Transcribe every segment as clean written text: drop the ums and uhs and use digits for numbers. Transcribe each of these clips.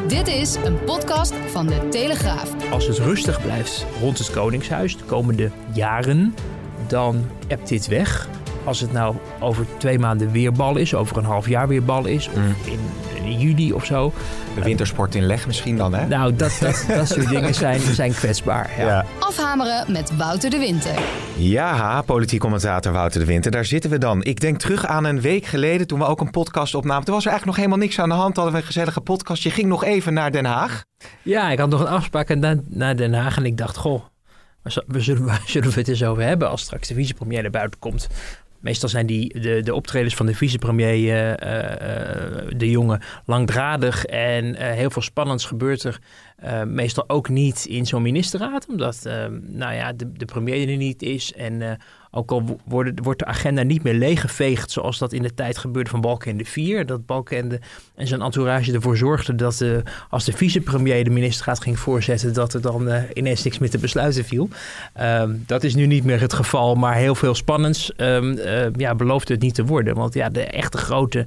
Dit is een podcast van De Telegraaf. Als het rustig blijft rond het Koningshuis de komende jaren, dan ebt dit weg. Als het nou over 2 maanden weer bal is, over een half jaar weer bal is, of in juli of zo. De wintersport in leg misschien dan, hè? Nou, dat soort dingen zijn kwetsbaar. Ja. Afhameren met Wouter de Winter. Ja, politiek commentator Wouter de Winter, daar zitten we dan. Ik denk terug aan een week geleden toen we ook een podcast opnamen. Toen was er eigenlijk nog helemaal niks aan de hand. Hadden we een gezellige podcast. Je ging nog even naar Den Haag. Ja, ik had nog een afspraak naar Den Haag en ik dacht, goh, waar zullen we het eens over hebben als straks de vicepremier naar buiten komt? Meestal zijn de optredens van de vicepremier, de jongen, langdradig en heel veel spannends gebeurt er meestal ook niet in zo'n ministerraad. Omdat de premier er niet is en ook al wordt de agenda niet meer leeggeveegd zoals dat in de tijd gebeurde van Balkenende 4. Dat Balkenende en zijn entourage ervoor zorgden dat als de vicepremier de ministerraad ging voorzetten, dat er dan ineens niks meer te besluiten viel. Dat is nu niet meer het geval, maar heel veel spannends belooft het niet te worden. Want ja, de echte grote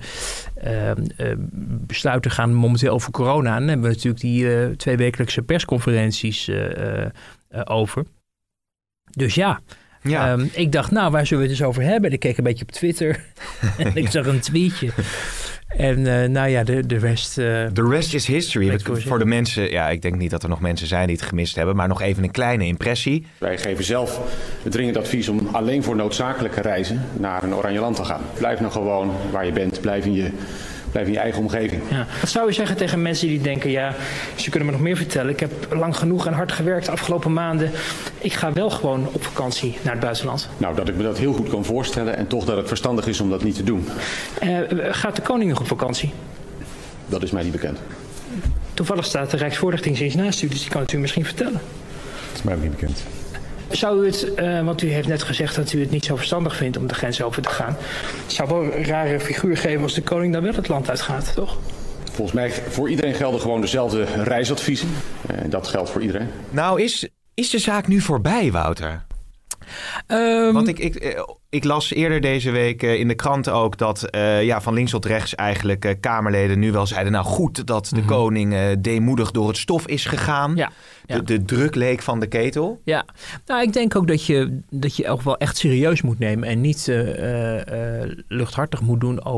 besluiten gaan momenteel over corona. En dan hebben we natuurlijk die 2 wekelijkse persconferenties over. Dus ja. Ik dacht, nou, waar zullen we het eens over hebben? Ik keek een beetje op Twitter en ik zag een tweetje. En de rest... The rest is history. Voor de mensen, ik denk niet dat er nog mensen zijn die het gemist hebben, maar nog even een kleine impressie. Wij geven zelf het dringend advies om alleen voor noodzakelijke reizen naar een oranje land te gaan. Blijf nou gewoon waar je bent, blijf in je eigen omgeving. Ja. Wat zou je zeggen tegen mensen die denken, ze kunnen me nog meer vertellen. Ik heb lang genoeg en hard gewerkt de afgelopen maanden. Ik ga wel gewoon op vakantie naar het buitenland. Nou, dat ik me dat heel goed kan voorstellen en toch dat het verstandig is om dat niet te doen. Gaat de koning nog op vakantie? Dat is mij niet bekend. Toevallig staat de Rijksvoorlichtingsdienst naast u, dus die kan het u misschien vertellen. Dat is mij ook niet bekend. Zou u het, want u heeft net gezegd dat u het niet zo verstandig vindt om de grens over te gaan. Het zou wel een rare figuur geven als de koning dan wel het land uitgaat, toch? Volgens mij voor iedereen gelden gewoon dezelfde reisadviezen. Dat geldt voor iedereen. Nou, is de zaak nu voorbij, Wouter? Want ik las eerder deze week in de krant ook dat van links tot rechts eigenlijk Kamerleden nu wel zeiden, nou goed dat de koning deemoedig door het stof is gegaan. Ja. De druk leek van de ketel. Ja, nou ik denk ook dat je ook wel echt serieus moet nemen en niet lichthartig moet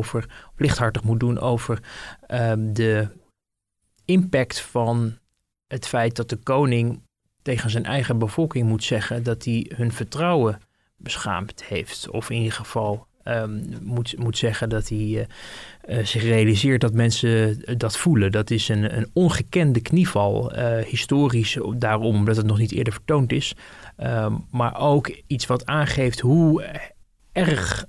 doen over de impact van het feit dat de koning tegen zijn eigen bevolking moet zeggen dat hij hun vertrouwen beschaamd heeft. Of in ieder geval moet zeggen dat hij zich realiseert dat mensen dat voelen. Dat is een ongekende knieval, historisch daarom, omdat het nog niet eerder vertoond is. Maar ook iets wat aangeeft hoe erg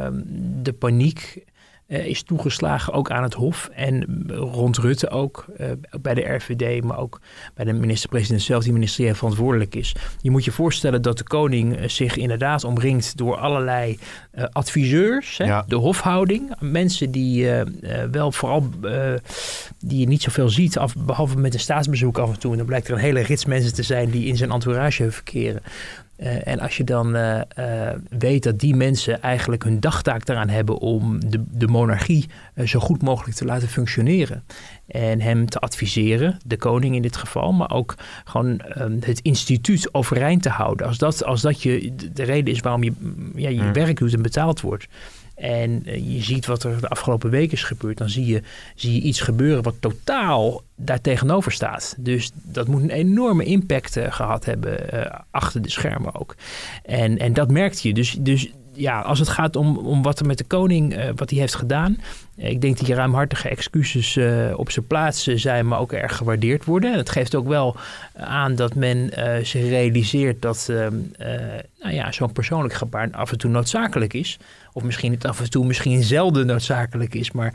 de paniek is toegeslagen, ook aan het Hof en rond Rutte ook, bij de RVD, maar ook bij de minister-president zelf, die ministerieel verantwoordelijk is. Je moet je voorstellen dat de koning zich inderdaad omringt door allerlei adviseurs, de hofhouding, mensen die wel vooral die je niet zoveel ziet, behalve met een staatsbezoek af en toe. En dan blijkt er een hele rits mensen te zijn die in zijn entourage verkeren. En als je dan weet dat die mensen eigenlijk hun dagtaak eraan hebben om de monarchie zo goed mogelijk te laten functioneren. En hem te adviseren, de koning in dit geval, maar ook gewoon het instituut overeind te houden. Als dat de reden is waarom je werk doet en betaald wordt. En je ziet wat er de afgelopen weken is gebeurd. Dan zie je iets gebeuren wat totaal daar tegenover staat. Dus dat moet een enorme impact gehad hebben achter de schermen ook. En dat merkt je. Dus ja, als het gaat om wat er met de koning, wat hij heeft gedaan. Ik denk dat die ruimhartige excuses op zijn plaats zijn, maar ook erg gewaardeerd worden. En het geeft ook wel aan dat men zich realiseert dat zo'n persoonlijk gebaar af en toe noodzakelijk is. Of misschien het af en toe misschien zelden noodzakelijk is. Maar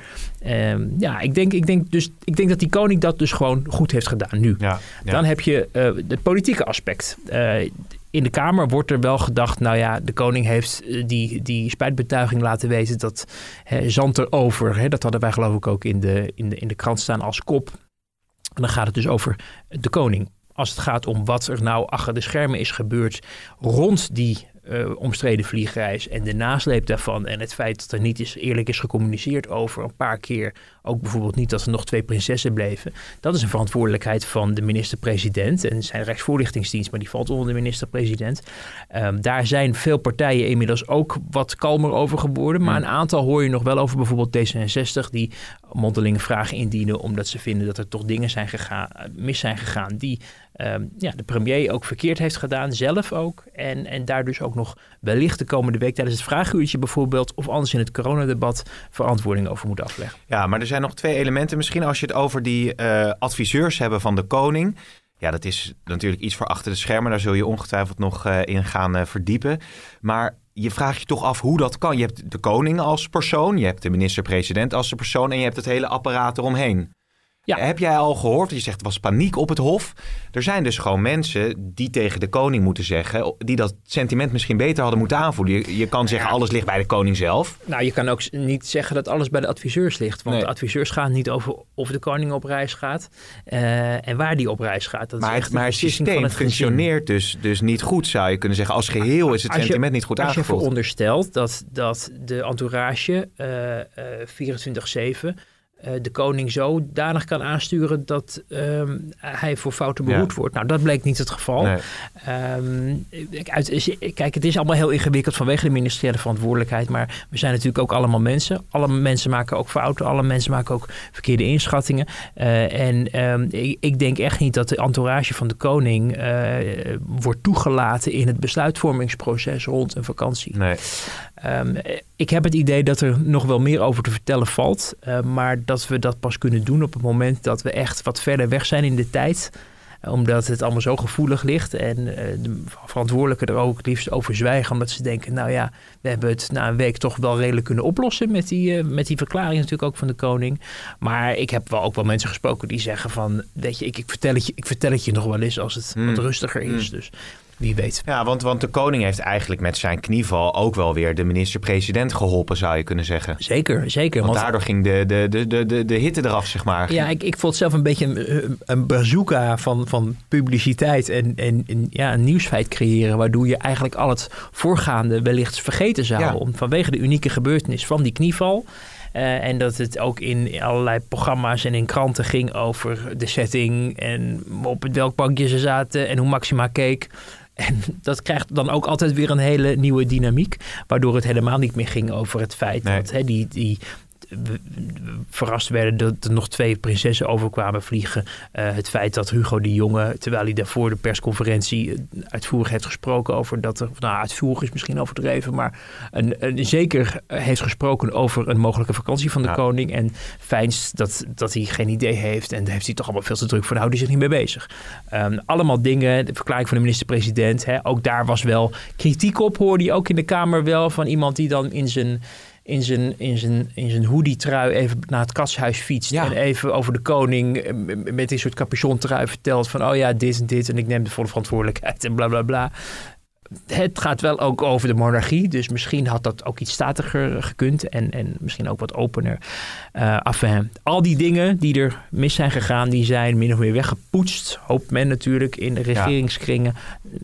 ik denk dat die koning dat dus gewoon goed heeft gedaan nu. Ja. Dan heb je het politieke aspect. In de Kamer wordt er wel gedacht, de koning heeft die spijtbetuiging laten weten dat zand erover. Dat hadden wij geloof ik ook in de krant staan als kop. En dan gaat het dus over de koning. Als het gaat om wat er nou achter de schermen is gebeurd rond die omstreden vliegreis en de nasleep daarvan en het feit dat er niet eerlijk is gecommuniceerd over een paar keer, ook bijvoorbeeld niet dat er nog 2 prinsessen bleven, dat is een verantwoordelijkheid van de minister-president en zijn Rijksvoorlichtingsdienst, maar die valt onder de minister-president. Daar zijn veel partijen inmiddels ook wat kalmer over geworden, maar een aantal hoor je nog wel over, bijvoorbeeld D66, die mondelinge vragen indienen omdat ze vinden dat er toch dingen mis zijn gegaan die de premier ook verkeerd heeft gedaan, zelf ook. En daar dus ook nog wellicht de komende week tijdens het vragenuurtje bijvoorbeeld, of anders in het coronadebat, verantwoording over moet afleggen. Ja, maar er zijn nog 2 elementen. Misschien als je het over die adviseurs hebben van de koning. Ja, dat is natuurlijk iets voor achter de schermen. Daar zul je ongetwijfeld nog in gaan verdiepen. Maar je vraagt je toch af hoe dat kan. Je hebt de koning als persoon, je hebt de minister-president als persoon en je hebt het hele apparaat eromheen. Ja. Heb jij al gehoord, je zegt er was paniek op het Hof. Er zijn dus gewoon mensen die tegen de koning moeten zeggen, die dat sentiment misschien beter hadden moeten aanvoelen. Je kan zeggen alles ligt bij de koning zelf. Nou, je kan ook niet zeggen dat alles bij de adviseurs ligt. Want de adviseurs gaan niet over of de koning op reis gaat en waar die op reis gaat. Dat maar het systeem functioneert dus niet goed, zou je kunnen zeggen. Als geheel is het sentiment niet goed aangevoeld. Als je veronderstelt dat de entourage 24/7... de koning zodanig kan aansturen dat hij voor fouten behoed wordt. Nou, dat bleek niet het geval. Nee. Kijk, het is allemaal heel ingewikkeld vanwege de ministeriële verantwoordelijkheid, maar we zijn natuurlijk ook allemaal mensen. Alle mensen maken ook fouten, alle mensen maken ook verkeerde inschattingen. Ik denk echt niet dat de entourage van de koning wordt toegelaten in het besluitvormingsproces rond een vakantie. Nee. Ik heb het idee dat er nog wel meer over te vertellen valt, maar dat we dat pas kunnen doen op het moment dat we echt wat verder weg zijn in de tijd. Omdat het allemaal zo gevoelig ligt en de verantwoordelijken er ook het liefst over zwijgen. Omdat ze denken, nou ja, we hebben het na een week toch wel redelijk kunnen oplossen met die verklaring natuurlijk ook van de koning. Maar ik heb wel ook wel mensen gesproken die zeggen van, weet je, ik vertel het je nog wel eens als het wat rustiger is. Dus wie weet. Ja, want de koning heeft eigenlijk met zijn knieval ook wel weer de minister-president geholpen, zou je kunnen zeggen. Zeker. Want daardoor ging de hitte eraf, zeg maar. Ja, ik vond het zelf een beetje een bazooka van publiciteit en een nieuwsfeit creëren, waardoor je eigenlijk al het voorgaande wellicht vergeten zou, vanwege de unieke gebeurtenis van die knieval. En dat het ook in allerlei programma's en in kranten ging over de setting en op welk bankje ze zaten en hoe Maxima keek. En dat krijgt dan ook altijd weer een hele nieuwe dynamiek, waardoor het helemaal niet meer ging over het feit dat die verrast werden dat er nog 2 prinsessen overkwamen vliegen. Het feit dat Hugo de Jonge, terwijl hij daarvoor de persconferentie uitvoerig heeft gesproken over dat er, uitvoerig is misschien overdreven, maar zeker heeft gesproken over een mogelijke vakantie van de koning en fijnst dat hij geen idee heeft en daar heeft hij toch allemaal veel te druk voor, daar houdt hij zich niet mee bezig. Allemaal dingen, de verklaring van de minister-president, ook daar was wel kritiek op, hoorde je ook in de Kamer wel, van iemand die dan in zijn hoodie-trui even naar het katshuis fietst en even over de koning met een soort capuchon-trui vertelt van dit en dit en ik neem de volle verantwoordelijkheid en bla bla bla. Het gaat wel ook over de monarchie, dus misschien had dat ook iets statiger gekund en misschien ook wat opener. Al die dingen die er mis zijn gegaan, die zijn min of meer weggepoetst, hoopt men natuurlijk in de regeringskringen,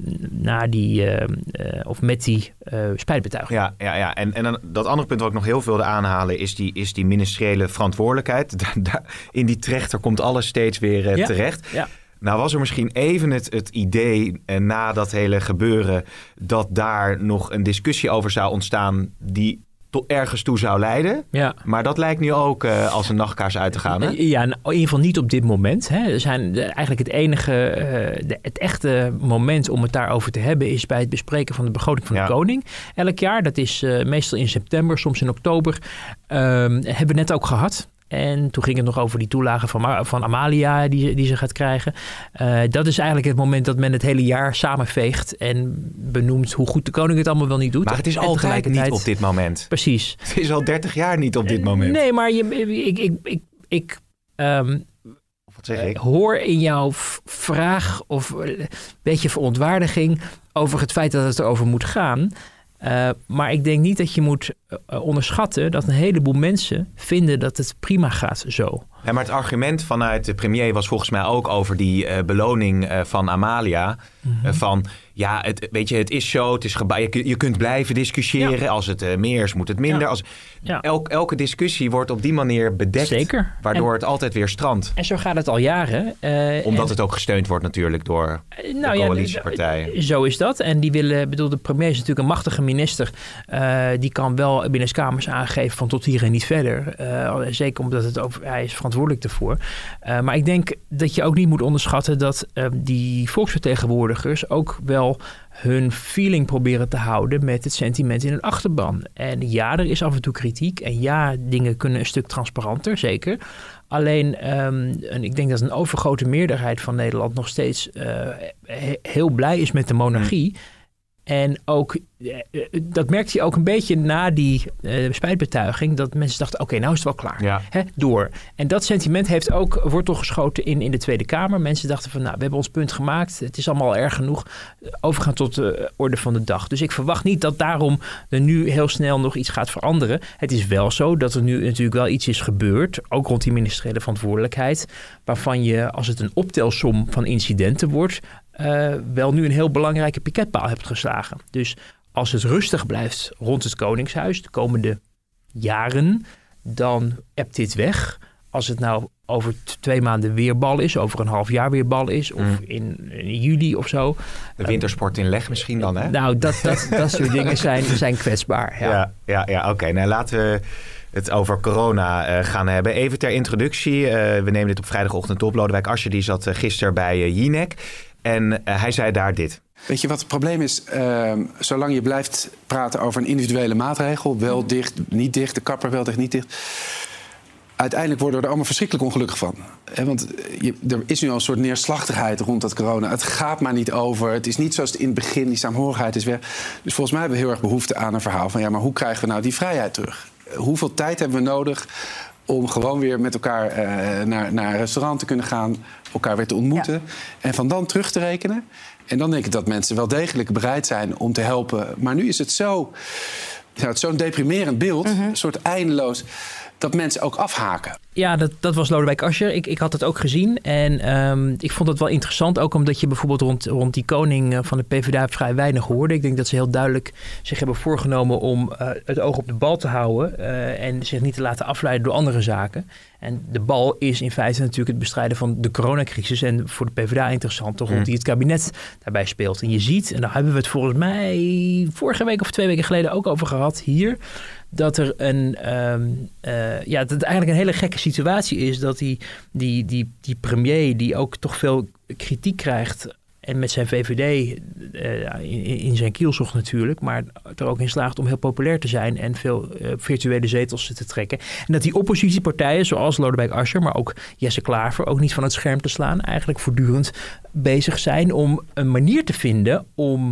met die spijtbetuiging. Ja. En dan dat andere punt wat ik nog heel veel wilde aanhalen is die ministeriële verantwoordelijkheid. In die trechter komt alles steeds weer terecht. Ja. Nou was er misschien even het idee na dat hele gebeuren dat daar nog een discussie over zou ontstaan die tot ergens toe zou leiden. Ja. Maar dat lijkt nu ook als een nachtkaars uit te gaan. Hè? Ja, in ieder geval niet op dit moment. Hè. Er zijn eigenlijk het echte moment om het daarover te hebben is bij het bespreken van de begroting van de koning. Elk jaar, dat is meestal in september, soms in oktober, hebben we net ook gehad. En toen ging het nog over die toelage van Amalia die ze gaat krijgen. Dat is eigenlijk het moment dat men het hele jaar samenveegt en benoemt hoe goed de koning het allemaal wel niet doet. Maar het is altijd niet op dit moment. Precies. Het is al 30 jaar niet op dit moment. Nee, maar wat zeg ik? Hoor in jouw vraag of een beetje verontwaardiging over het feit dat het erover moet gaan. Maar ik denk niet dat je moet onderschatten dat een heleboel mensen vinden dat het prima gaat zo. Ja, maar het argument vanuit de premier was volgens mij ook over die beloning van Amalia. Van, ja, het is zo, het is je kunt blijven discussiëren. Ja. Als het meer is, moet het minder. Ja. Elke discussie wordt op die manier bedekt. Zeker. Waardoor het altijd weer strandt. En zo gaat het al jaren. Omdat het ook gesteund wordt natuurlijk door de coalitiepartijen. Zo is dat. En die willen, de premier is natuurlijk een machtige minister. Die kan wel binnen kamers aangeven van tot hier en niet verder. Zeker omdat hij is verantwoordelijk ervoor. Maar ik denk dat je ook niet moet onderschatten dat die volksvertegenwoordigers ook wel hun feeling proberen te houden met het sentiment in hun achterban. En ja, er is af en toe kritiek. En ja, dingen kunnen een stuk transparanter, zeker. Alleen, ik denk dat een overgrote meerderheid van Nederland nog steeds heel blij is met de monarchie. En ook, dat merkte je ook een beetje na die spijtbetuiging, dat mensen dachten, oké, nou is het wel klaar. Ja. Door. En dat sentiment heeft ook wortel geschoten in de Tweede Kamer. Mensen dachten van, we hebben ons punt gemaakt. Het is allemaal erg genoeg. Overgaan tot de orde van de dag. Dus ik verwacht niet dat daarom er nu heel snel nog iets gaat veranderen. Het is wel zo dat er nu natuurlijk wel iets is gebeurd, ook rond die ministeriële verantwoordelijkheid, waarvan je, als het een optelsom van incidenten wordt, wel nu een heel belangrijke piketpaal hebt geslagen. Dus als het rustig blijft rond het Koningshuis de komende jaren, dan ebt dit weg. Als het nou over 2 maanden weer bal is, over een half jaar weer bal is, of in juli of zo. De wintersport in leg misschien dan, hè? Nou, dat soort dingen zijn kwetsbaar. Ja, oké. Nou, laten we het over corona gaan hebben. Even ter introductie. We nemen dit op vrijdagochtend op. Lodewijk Asscher die zat gisteren bij Jinek. En hij zei daar dit. Weet je wat het probleem is? Zolang je blijft praten over een individuele maatregel, wel dicht, niet dicht, de kapper wel dicht, niet dicht, uiteindelijk worden we er allemaal verschrikkelijk ongelukkig van. Want er is nu al een soort neerslachtigheid rond dat corona. Het gaat maar niet over. Het is niet zoals het in het begin, die saamhorigheid is weg. Dus volgens mij hebben we heel erg behoefte aan een verhaal van, ja, maar hoe krijgen we nou die vrijheid terug? Hoeveel tijd hebben we nodig om gewoon weer met elkaar naar een restaurant te kunnen gaan, elkaar weer te ontmoeten, ja, en van dan terug te rekenen? En dan denk ik dat mensen wel degelijk bereid zijn om te helpen. Maar nu is het zo, het is zo'n deprimerend beeld, een soort eindeloos, dat mensen ook afhaken. Ja, dat was Lodewijk Asscher. Ik had het ook gezien. En ik vond het wel interessant. Ook omdat je bijvoorbeeld rond die koning van de PvdA vrij weinig hoorde. Ik denk dat ze heel duidelijk zich hebben voorgenomen om het oog op de bal te houden. En zich niet te laten afleiden door andere zaken. En de bal is in feite natuurlijk het bestrijden van de coronacrisis. En voor de PvdA interessant, toch, rond die het kabinet daarbij speelt. En je ziet, en daar hebben we het volgens mij vorige week of 2 weken geleden ook over gehad hier, dat er dat het eigenlijk een hele gekke situatie is dat die premier, die ook toch veel kritiek krijgt en met zijn VVD in zijn kiel zocht natuurlijk, maar er ook in slaagt om heel populair te zijn en veel virtuele zetels te trekken. En dat die oppositiepartijen, zoals Lodewijk Asscher, maar ook Jesse Klaver, ook niet van het scherm te slaan, eigenlijk voortdurend bezig zijn om een manier te vinden om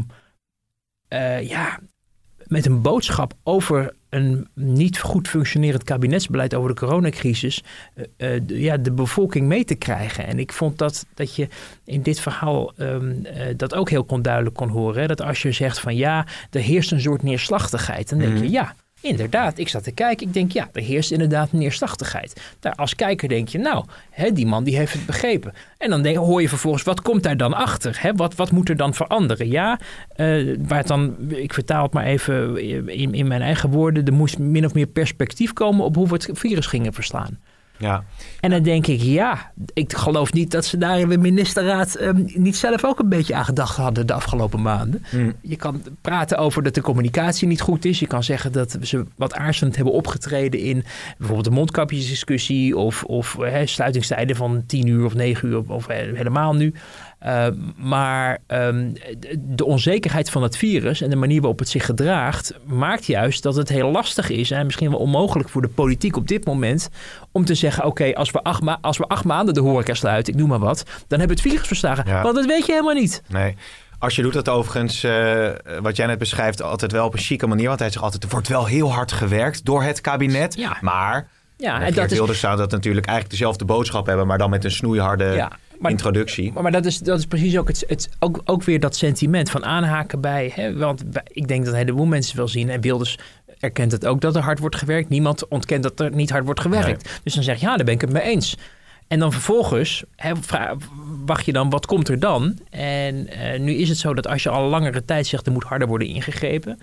met een boodschap over een niet goed functionerend kabinetsbeleid over de coronacrisis de bevolking mee te krijgen. En ik vond dat je in dit verhaal dat ook heel duidelijk kon horen. Hè? Dat als je zegt van ja, er heerst een soort neerslachtigheid. Dan denk je ja, inderdaad. Ik zat te kijken. Ik denk ja, er heerst inderdaad een neerslachtigheid. Daar als kijker denk je nou, die man die heeft het begrepen. En dan hoor je vervolgens, wat komt daar dan achter? Wat moet er dan veranderen? Ja, waar het dan, ik vertaal het maar even in mijn eigen woorden, er moest min of meer perspectief komen op hoe we het virus gingen verslaan. Ja. En dan denk ik, ik geloof niet dat ze daar in de ministerraad niet zelf ook een beetje aan gedacht hadden de afgelopen maanden. Je kan praten over dat de communicatie niet goed is. Je kan zeggen dat ze wat aarzelend hebben opgetreden in bijvoorbeeld de mondkapjesdiscussie of sluitingstijden van 10 uur of 9 uur of helemaal nu. Maar de onzekerheid van het virus en de manier waarop het zich gedraagt maakt juist dat het heel lastig is en misschien wel onmogelijk voor de politiek op dit moment om te zeggen, oké, als we 8 maanden de horeca sluiten, ik noem maar wat, dan hebben we het virus verslagen. Ja. Want dat weet je helemaal niet. Nee. Als je doet dat overigens, wat jij net beschrijft, altijd wel op een chique manier, want hij zegt altijd, er wordt wel heel hard gewerkt door het kabinet, maar Geert Wilders zou dat natuurlijk eigenlijk dezelfde boodschap hebben, maar dan met een snoeiharde introductie. Maar dat is precies ook weer dat sentiment van aanhaken bij. Want ik denk dat een heleboel mensen wel zien. En Wilders erkent het ook dat er hard wordt gewerkt. Niemand ontkent dat er niet hard wordt gewerkt. Nee. Dus dan zeg je, daar ben ik het mee eens. En dan vervolgens wacht je dan, wat komt er dan? En nu is het zo dat als je al langere tijd zegt, er moet harder worden ingegrepen.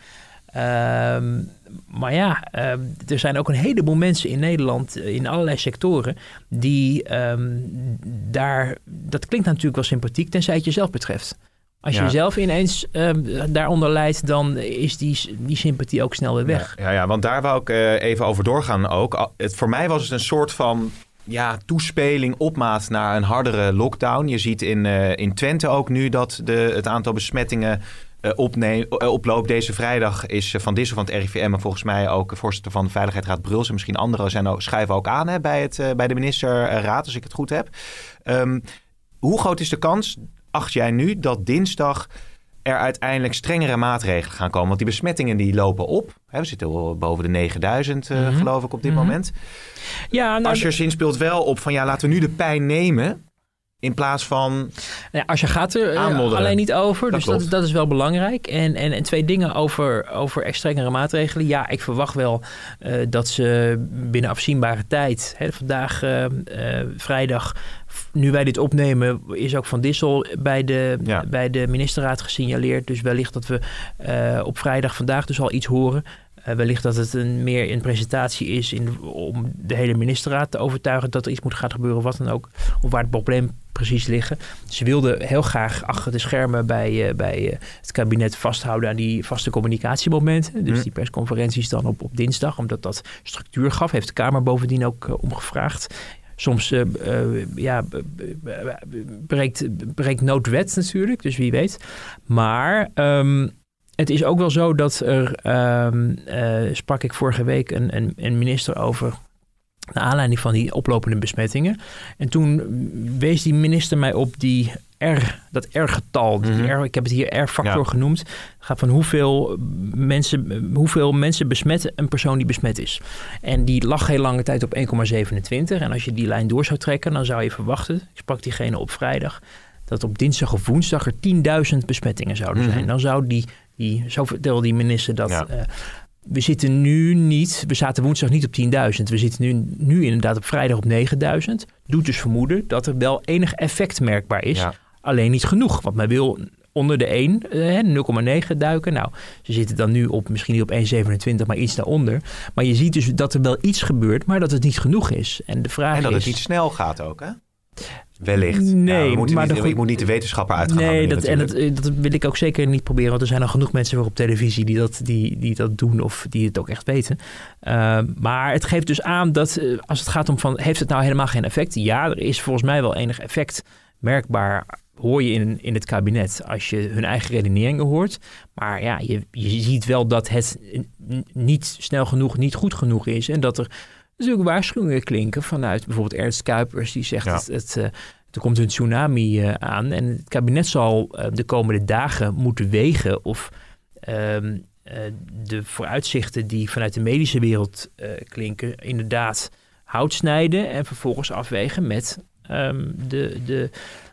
Maar ja, er zijn ook een heleboel mensen in Nederland, in allerlei sectoren, die dat klinkt natuurlijk wel sympathiek, tenzij het jezelf betreft. Als je zelf ineens daaronder lijdt, dan is die sympathie ook snel weer weg. Ja, want daar wou ik even over doorgaan ook. Voor mij was het een soort van toespeling, opmaat naar een hardere lockdown. Je ziet in Twente ook nu dat het aantal besmettingen oploopt. Deze vrijdag is Van Dissel van het RIVM en volgens mij ook voorzitter van de Veiligheidsraad Bruls en misschien anderen schuiven ook aan bij de ministerraad, als ik het goed heb. Hoe groot is de kans, acht jij nu, dat dinsdag er uiteindelijk strengere maatregelen gaan komen? Want die besmettingen die lopen op. We zitten boven de 9000 geloof ik op dit moment. Ja, Asscher speelt wel op van laten we nu de pijn nemen. In plaats van Asscher gaat er alleen niet over. Dat is wel belangrijk. En twee dingen over strengere maatregelen. Ja, ik verwacht wel dat ze binnen afzienbare tijd, vandaag vrijdag, nu wij dit opnemen, is ook Van Dissel bij de ministerraad gesignaleerd. Dus wellicht dat we op vrijdag vandaag dus al iets horen. Wellicht dat het meer een presentatie is om de hele ministerraad te overtuigen dat er iets moet gaan gebeuren, wat dan ook, of waar het probleem precies liggen. Ze wilden heel graag achter de schermen bij het kabinet vasthouden aan die vaste communicatiemomenten. Dus die persconferenties dan op dinsdag, omdat dat structuur gaf. Heeft de Kamer bovendien ook om gevraagd. Soms breekt noodwet natuurlijk, dus wie weet. Maar het is ook wel zo dat sprak ik vorige week een minister over, naar aanleiding van die oplopende besmettingen. En toen wees die minister mij op dat R-getal. Ik heb het hier R-factor genoemd. Het gaat van hoeveel mensen besmetten een persoon die besmet is. En die lag heel lange tijd op 1,27. En als je die lijn door zou trekken, dan zou je verwachten, ik sprak diegene op vrijdag, dat op dinsdag of woensdag er 10.000 besmettingen zouden zijn. Dan zou zo vertelde die minister dat we zaten woensdag niet op 10.000. We zitten nu inderdaad op vrijdag op 9.000. Doet dus vermoeden dat er wel enig effect merkbaar is. Ja. Alleen niet genoeg. Want men wil onder de 1, 0,9 duiken. Nou, ze zitten dan nu misschien niet op 1,27, maar iets daaronder. Maar je ziet dus dat er wel iets gebeurt, maar dat het niet genoeg is. En de vraag dat het niet snel gaat ook, hè? Wellicht. Nee, ik moet niet de wetenschapper uitgaan. Nee, dat wil ik ook zeker niet proberen. Want er zijn al genoeg mensen weer op televisie die dat doen of die het ook echt weten. Maar het geeft dus aan dat als het gaat om heeft het nou helemaal geen effect? Ja, er is volgens mij wel enig effect merkbaar, hoor je in het kabinet als je hun eigen redeneringen hoort. Maar ja, je ziet wel dat het niet snel genoeg, niet goed genoeg is. En dat er natuurlijk waarschuwingen klinken vanuit bijvoorbeeld Ernst Kuipers, die zegt er komt een tsunami aan en het kabinet zal de komende dagen moeten wegen of de vooruitzichten die vanuit de medische wereld klinken inderdaad hout snijden en vervolgens afwegen met de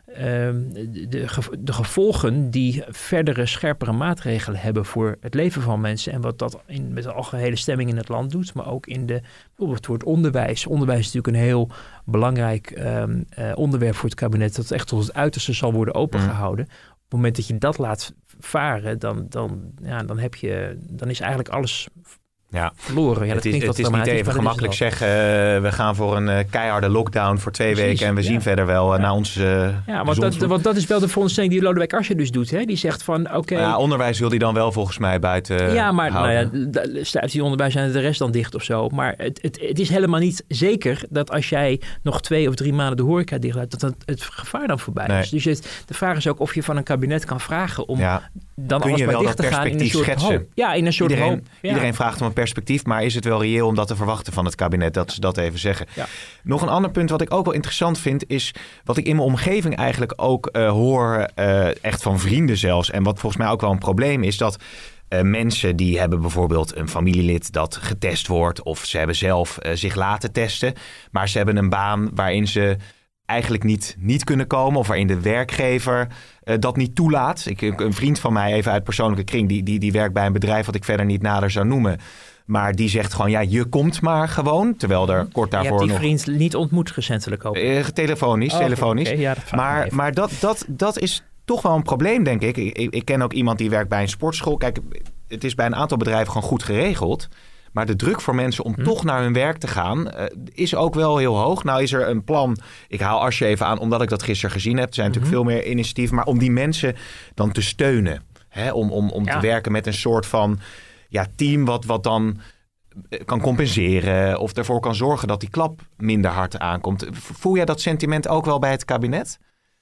gevolgen die verdere scherpere maatregelen hebben voor het leven van mensen en wat dat met de algehele stemming in het land doet, maar ook bijvoorbeeld voor het onderwijs. Onderwijs is natuurlijk een heel belangrijk onderwerp voor het kabinet dat echt tot het uiterste zal worden opengehouden. Op het moment dat je dat laat varen, dan is eigenlijk alles verloren. Ja, het is niet even gemakkelijk zeggen, we gaan voor een keiharde lockdown voor 2 weken en we zien verder wel naar onze want dat is wel de veronderstelling die Lodewijk Asscher dus doet. Hè? Die zegt van oké. Onderwijs wil hij dan wel volgens mij buiten sluit die onderwijs en de rest dan dicht of zo. Maar het is helemaal niet zeker dat als jij nog 2 of 3 maanden de horeca dicht laat, dat het gevaar dan voorbij is. Dus de vraag is ook of je van een kabinet kan vragen om dan alles maar dicht te gaan in een soort hoop. Ja, in een soort hoop. Iedereen vraagt om een perspectief, maar is het wel reëel om dat te verwachten van het kabinet, dat ze dat even zeggen. Ja. Nog een ander punt wat ik ook wel interessant vind, is wat ik in mijn omgeving eigenlijk ook hoor, echt van vrienden zelfs, en wat volgens mij ook wel een probleem is, dat mensen die hebben bijvoorbeeld een familielid dat getest wordt, of ze hebben zelf zich laten testen, maar ze hebben een baan waarin ze eigenlijk niet kunnen komen, of waarin de werkgever dat niet toelaat. Een vriend van mij, even uit persoonlijke kring, die werkt bij een bedrijf wat ik verder niet nader zou noemen. Maar die zegt gewoon, je komt maar gewoon. Terwijl er kort daarvoor nog... Je hebt die vriend niet ontmoet recentelijk ook. Telefonisch. Okay. Ja, maar dat is toch wel een probleem, denk ik. Ik ken ook iemand die werkt bij een sportschool. Kijk, het is bij een aantal bedrijven gewoon goed geregeld. Maar de druk voor mensen om toch naar hun werk te gaan is ook wel heel hoog. Nou is er een plan, ik haal Asje even aan, omdat ik dat gisteren gezien heb. Er zijn natuurlijk veel meer initiatieven. Maar om die mensen dan te steunen. Hè? Om te werken met een soort van team wat dan kan compenseren. Of ervoor kan zorgen dat die klap minder hard aankomt. Voel jij dat sentiment ook wel bij het kabinet?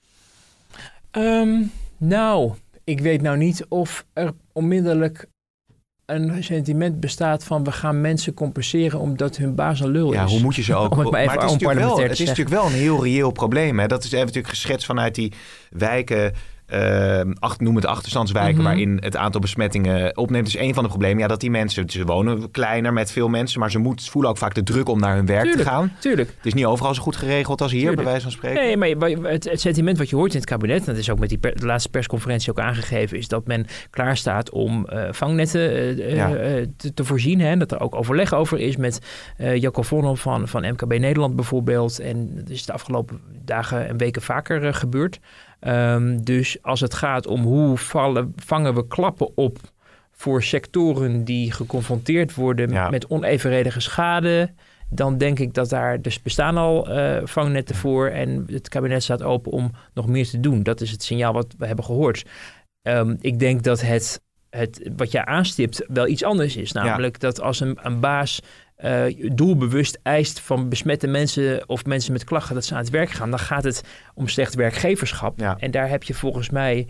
Nou, ik weet nou niet of er onmiddellijk een sentiment bestaat van we gaan mensen compenseren omdat hun baas een lul is. Ja, hoe moet je ze ook... Maar het is natuurlijk wel een heel reëel probleem. Hè? Dat is even natuurlijk geschetst vanuit die wijken... noem het achterstandswijken waarin het aantal besmettingen opneemt. Dus een van de problemen, dat die mensen, ze wonen kleiner met veel mensen, maar ze voelen ook vaak de druk om naar hun werk te gaan. Tuurlijk. Het is niet overal zo goed geregeld als hier, bij wijze van spreken. Nee, maar het sentiment wat je hoort in het kabinet, en dat is ook met de laatste persconferentie ook aangegeven, is dat men klaar staat om vangnetten te voorzien. Hè, dat er ook overleg over is met Jacco Vonhoff van MKB Nederland bijvoorbeeld. En dat is de afgelopen dagen en weken vaker gebeurd. Dus als het gaat om hoe vangen we klappen op voor sectoren die geconfronteerd worden met onevenredige schade, dan denk ik dat daar dus bestaan al vangnetten voor en het kabinet staat open om nog meer te doen. Dat is het signaal wat we hebben gehoord. Ik denk dat het wat jij aanstipt wel iets anders is. Namelijk dat als een baas doelbewust eist van besmette mensen of mensen met klachten dat ze aan het werk gaan, dan gaat het om slecht werkgeverschap. Ja. En daar heb je volgens mij...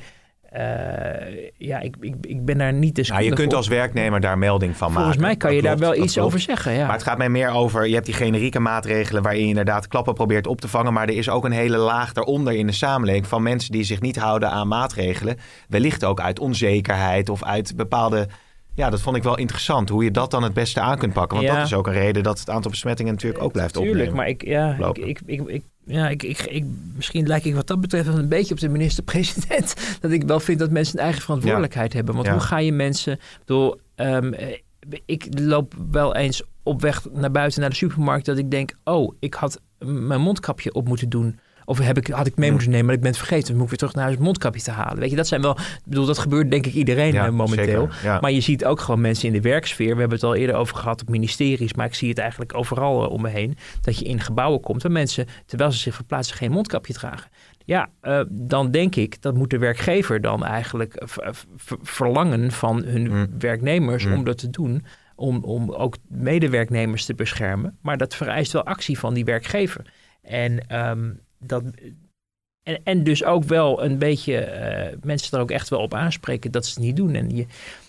ik ben daar niet deskundig je kunt als werknemer daar melding van maken. Volgens mij kan je daar wel iets over zeggen. Ja. Maar het gaat mij meer over, je hebt die generieke maatregelen waarin je inderdaad klappen probeert op te vangen, maar er is ook een hele laag daaronder in de samenleving van mensen die zich niet houden aan maatregelen. Wellicht ook uit onzekerheid of uit bepaalde... Ja, dat vond ik wel interessant. Hoe je dat dan het beste aan kunt pakken. Want dat is ook een reden dat het aantal besmettingen natuurlijk ook blijft opnemen. Tuurlijk, maar misschien lijk ik wat dat betreft een beetje op de minister-president. Dat ik wel vind dat mensen een eigen verantwoordelijkheid hebben. Want hoe ga je mensen... Ik loop wel eens op weg naar buiten naar de supermarkt dat ik denk, ik had mijn mondkapje op moeten doen. Of had ik mee moeten nemen, maar ik ben het vergeten. Dan moet ik weer terug naar huis het mondkapje te halen. Weet je, dat zijn wel... dat gebeurt denk ik iedereen momenteel. Zeker, ja. Maar je ziet ook gewoon mensen in de werksfeer. We hebben het al eerder over gehad op ministeries, maar ik zie het eigenlijk overal om me heen. Dat je in gebouwen komt waar mensen, terwijl ze zich verplaatsen, geen mondkapje dragen. Ja, dan denk ik, dat moet de werkgever dan eigenlijk verlangen van hun werknemers om dat te doen. Om ook medewerknemers te beschermen. Maar dat vereist wel actie van die werkgever. En dus ook wel een beetje mensen er ook echt wel op aanspreken dat ze het niet doen. En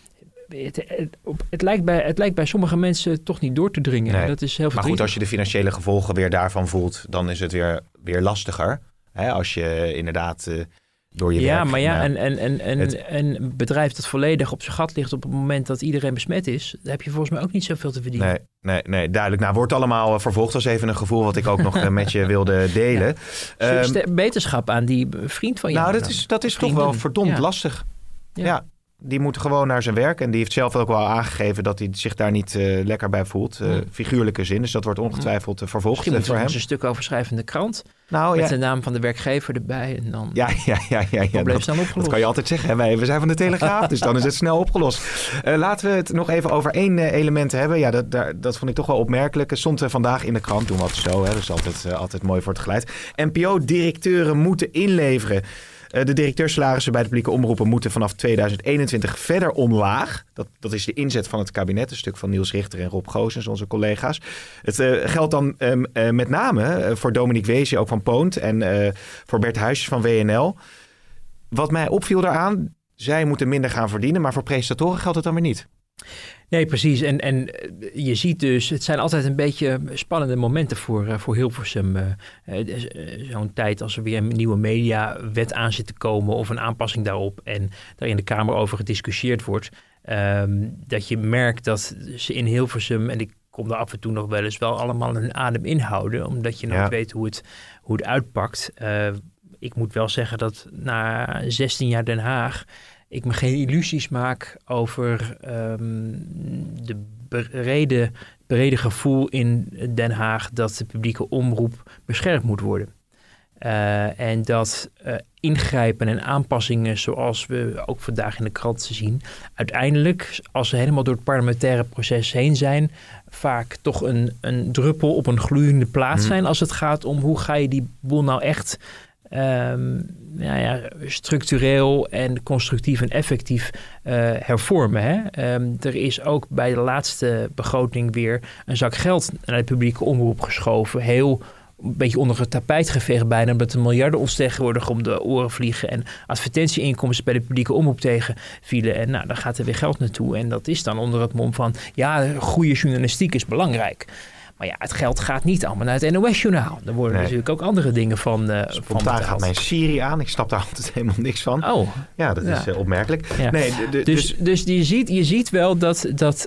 het lijkt bij sommige mensen toch niet door te dringen. Nee. Dat is heel maar goed, als je de financiële gevolgen weer daarvan voelt, dan is het weer lastiger. Hè? Als je inderdaad door je werk... Een bedrijf dat volledig op zijn gat ligt op het moment dat iedereen besmet is, daar heb je volgens mij ook niet zoveel te verdienen. Nee, duidelijk. Nou, wordt allemaal vervolgd. Dat is even een gevoel wat ik ook nog met je wilde delen. Beterschap aan die vriend van jou. Nou, dat is toch wel verdomd lastig. Ja. Die moet gewoon naar zijn werk. En die heeft zelf ook wel aangegeven dat hij zich daar niet lekker bij voelt. Figuurlijke zin. Dus dat wordt ongetwijfeld vervolgd voor hem. Misschien moet er een stuk over schrijven in de krant. Met de naam van de werkgever erbij. En dan probleem snel opgelost. Dat kan je altijd zeggen. We zijn van de Telegraaf. Dus dan is het snel opgelost. Laten we het nog even over één element hebben. Ja, dat vond ik toch wel opmerkelijk. Het stond vandaag in de krant. Doen we altijd zo. Hè. Dat is altijd mooi voor het geluid. NPO-directeuren moeten inleveren. De directeursalarissen bij de publieke omroepen moeten vanaf 2021 verder omlaag. Dat is de inzet van het kabinet. Een stuk van Niels Richter en Rob Goossens, onze collega's. Het geldt dan met name voor Dominique Weesje, ook van Poont. En voor Bert Huisjes van WNL. Wat mij opviel daaraan, zij moeten minder gaan verdienen. Maar voor presentatoren geldt het dan weer niet. Nee, precies. En je ziet dus, het zijn altijd een beetje spannende momenten voor Hilversum. Zo'n tijd als er weer een nieuwe mediawet aan zit te komen of een aanpassing daarop en daar in de Kamer over gediscussieerd wordt. Dat je merkt dat ze in Hilversum, en ik kom er af en toe nog wel eens, wel allemaal een adem inhouden, omdat je nooit weet hoe het uitpakt. Ik moet wel zeggen dat na 16 jaar Den Haag ik me geen illusies maak over de brede gevoel in Den Haag dat de publieke omroep beschermd moet worden. En dat ingrijpen en aanpassingen zoals we ook vandaag in de kranten zien, uiteindelijk, als ze helemaal door het parlementaire proces heen zijn, vaak toch een druppel op een gloeiende plaat zijn als het gaat om hoe ga je die boel nou echt structureel en constructief en effectief hervormen. Hè? Er is ook bij de laatste begroting weer een zak geld naar de publieke omroep geschoven. Heel een beetje onder het tapijt geveegd bijna, omdat er miljarden ons tegenwoordig om de oren vliegen en advertentieinkomsten bij de publieke omroep tegenvielen. En nou, daar gaat er weer geld naartoe. En dat is dan onder het mom van, ja, goede journalistiek is belangrijk. Maar ja, het geld gaat niet allemaal naar het NOS-journaal. Er worden natuurlijk ook andere dingen van Spontaan gaat mijn Siri aan. Ik snap daar altijd helemaal niks van. Oh. Ja, dat is opmerkelijk. Ja. Nee, dus je ziet wel dat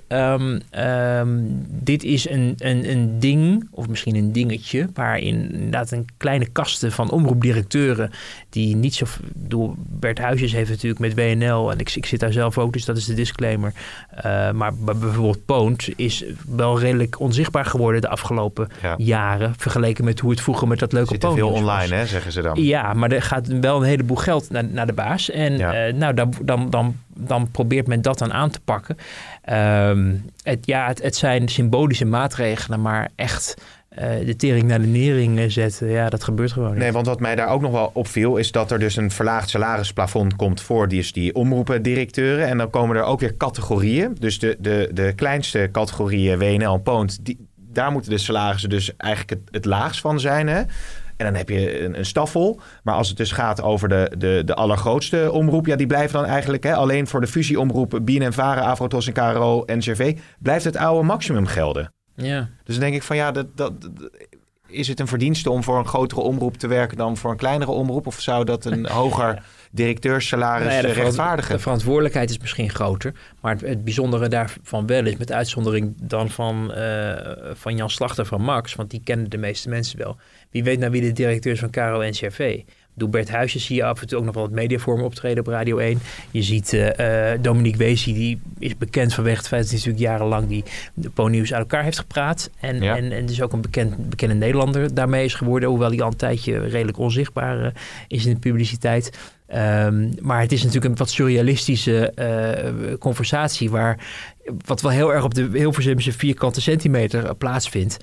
dit is een ding, of misschien een dingetje, waarin inderdaad een kleine kaste van omroepdirecteuren die niet zo... Bert Huisjes heeft natuurlijk met WNL, en ik zit daar zelf ook, dus dat is de disclaimer. Maar bijvoorbeeld Poont is wel redelijk onzichtbaar geworden de afgelopen jaren, vergeleken met hoe het vroeger met dat leuke Poont was. Zit er veel online, hè, zeggen ze dan. Ja, maar er gaat wel een heleboel geld naar de baas. En dan probeert men dat dan aan te pakken. Het zijn symbolische maatregelen, maar echt de tering naar de nering zetten, ja, dat gebeurt gewoon niet. Nee, want wat mij daar ook nog wel opviel is dat er dus een verlaagd salarisplafond komt voor die omroependirecteuren. En dan komen er ook weer categorieën. Dus de kleinste categorieën, WNL en Poont, daar moeten de salarissen dus eigenlijk het laagst van zijn, hè? En dan heb je een staffel. Maar als het dus gaat over de allergrootste omroep, ja, die blijven dan eigenlijk alleen voor de fusieomroepen BNN-Vara, Avrotros en KRO en NCRV blijft het oude maximum gelden. Ja. Dus dan denk ik van is het een verdienste om voor een grotere omroep te werken dan voor een kleinere omroep? Of zou dat een hoger directeurssalaris rechtvaardigen? De verantwoordelijkheid is misschien groter. Maar het bijzondere daarvan wel is, met uitzondering dan van Jan Slachter van Max, want die kennen de meeste mensen wel. Wie weet nou wie de directeur is van KRO en NCRV? Bert Huisjes zie je af en toe ook nog wel het mediaforum optreden op Radio 1. Je ziet Dominique Weesie, die is bekend vanwege het feit dat hij natuurlijk jarenlang die Ponynieuws uit elkaar heeft gepraat. En dus ook een bekende Nederlander daarmee is geworden, hoewel hij al een tijdje redelijk onzichtbaar is in de publiciteit. Maar het is natuurlijk een wat surrealistische conversatie wat wel heel erg op de Hilversumse vierkante centimeter plaatsvindt.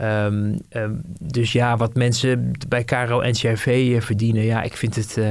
Dus ja, wat mensen bij KRO en NCRV verdienen, ja, ik vind het...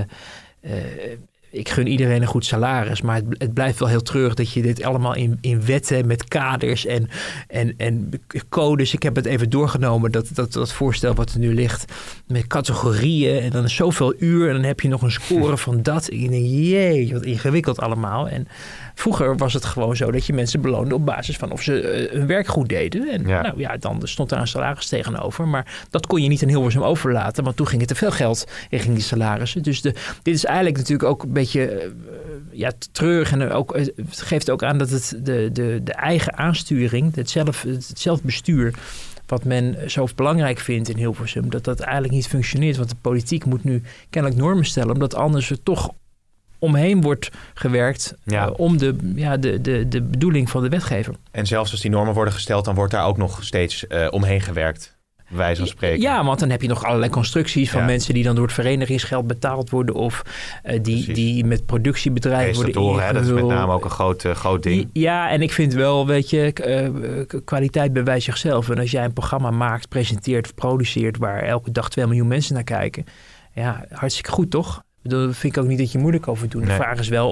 ik gun iedereen een goed salaris, maar het blijft wel heel treurig dat je dit allemaal in wetten met kaders en codes. Ik heb het even doorgenomen, dat voorstel wat er nu ligt, met categorieën en dan zoveel uur en dan heb je nog een score van dat. Ik denk, jee, wat ingewikkeld allemaal. En vroeger was het gewoon zo dat je mensen beloonde op basis van of ze hun werk goed deden. En dan stond daar een salaris tegenover. Maar dat kon je niet aan Hilversum overlaten, want toen ging het te veel geld richting die salarissen. Dus dit is eigenlijk natuurlijk ook een beetje treurig. En ook, het geeft ook aan dat het de eigen aansturing, het zelfbestuur, wat men zo belangrijk vindt in Hilversum, dat eigenlijk niet functioneert. Want de politiek moet nu kennelijk normen stellen, omdat anders er toch omheen wordt gewerkt om de bedoeling van de wetgever. En zelfs als die normen worden gesteld, dan wordt daar ook nog steeds omheen gewerkt, bij wijze van spreken. Ja, want dan heb je nog allerlei constructies van mensen die dan door het verenigingsgeld betaald worden of die met productiebedrijven worden ingevuld. Dat is met name ook een groot ding. Ja, en ik vind wel, weet je, kwaliteit bewijst zichzelf. En als jij een programma maakt, presenteert of produceert waar elke dag 2 miljoen mensen naar kijken, ja, hartstikke goed, toch? Daar vind ik ook niet dat je moeilijk over doet. De vraag is wel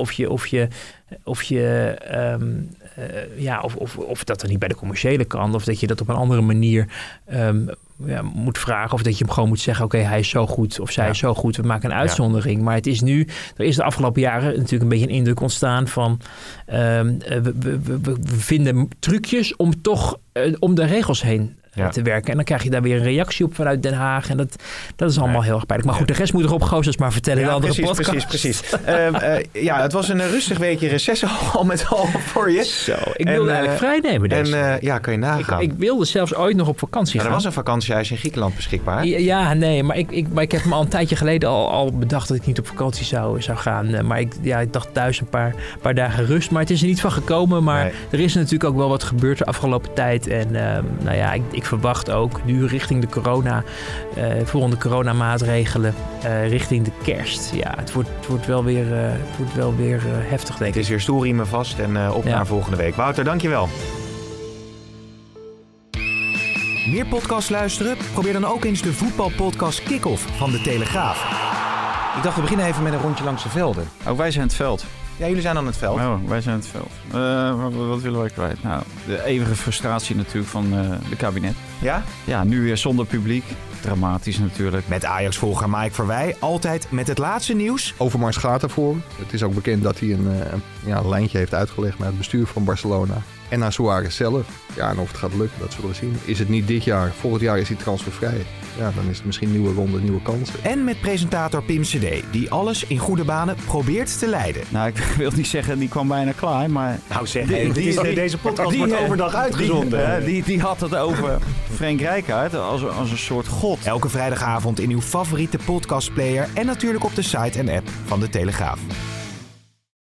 of dat er niet bij de commerciële kan, of dat je dat op een andere manier moet vragen, of dat je hem gewoon moet zeggen, oké, hij is zo goed of zij is zo goed, we maken een uitzondering. Ja. Maar het is nu, er is de afgelopen jaren natuurlijk een beetje een indruk ontstaan van we vinden trucjes om toch om de regels heen te werken. En dan krijg je daar weer een reactie op vanuit Den Haag. En dat is allemaal heel erg pijnlijk. Maar goed, de rest moet erop Gozes maar vertellen in de andere podcast. Precies. Het was een rustig weekje reces al met al voor je. Zo, ik wilde eigenlijk vrij nemen deze. En kan je nagaan. Ik wilde zelfs ooit nog op vakantie gaan. Er was een vakantiehuis in Griekenland beschikbaar. Ja, nee, maar ik heb me al een tijdje geleden al bedacht dat ik niet op vakantie zou gaan. Maar ik dacht thuis een paar dagen rust. Maar het is er niet van gekomen. Maar er is natuurlijk ook wel wat gebeurd de afgelopen tijd. En ik verwacht ook nu richting de volgende coronamaatregelen, richting de kerst. Ja, het wordt wel weer heftig, denk ik. Het is weer stoelriemen vast en op naar volgende week. Wouter, dankjewel. Meer podcasts luisteren? Probeer dan ook eens de voetbalpodcast Kick-Off van De Telegraaf. Ik dacht, we beginnen even met een rondje langs de velden. Oh, wij zijn het veld. Ja, jullie zijn aan het veld. Oh, wij zijn het veld. Wat willen wij kwijt? Nou, de eeuwige frustratie natuurlijk van de kabinet. Ja? Ja, nu weer zonder publiek. Dramatisch natuurlijk. Met Ajax-volger Mike Verwij, altijd met het laatste nieuws. Overmars gaat ervoor. Het is ook bekend dat hij een lijntje heeft uitgelegd naar het bestuur van Barcelona. En naar Suarez zelf. Ja, en of het gaat lukken, dat zullen we zien. Is het niet dit jaar, volgend jaar is hij transfervrij. Ja, dan is het misschien een nieuwe ronde, nieuwe kansen. En met presentator Pim CD, die alles in goede banen probeert te leiden. Nou, ik wil niet zeggen, die kwam bijna klaar, maar... Nou zeg, deze podcast wordt overdag uitgezonden. Die had het over Frank Rijkaard als een soort god. Elke vrijdagavond in uw favoriete podcastplayer en natuurlijk op de site en app van De Telegraaf.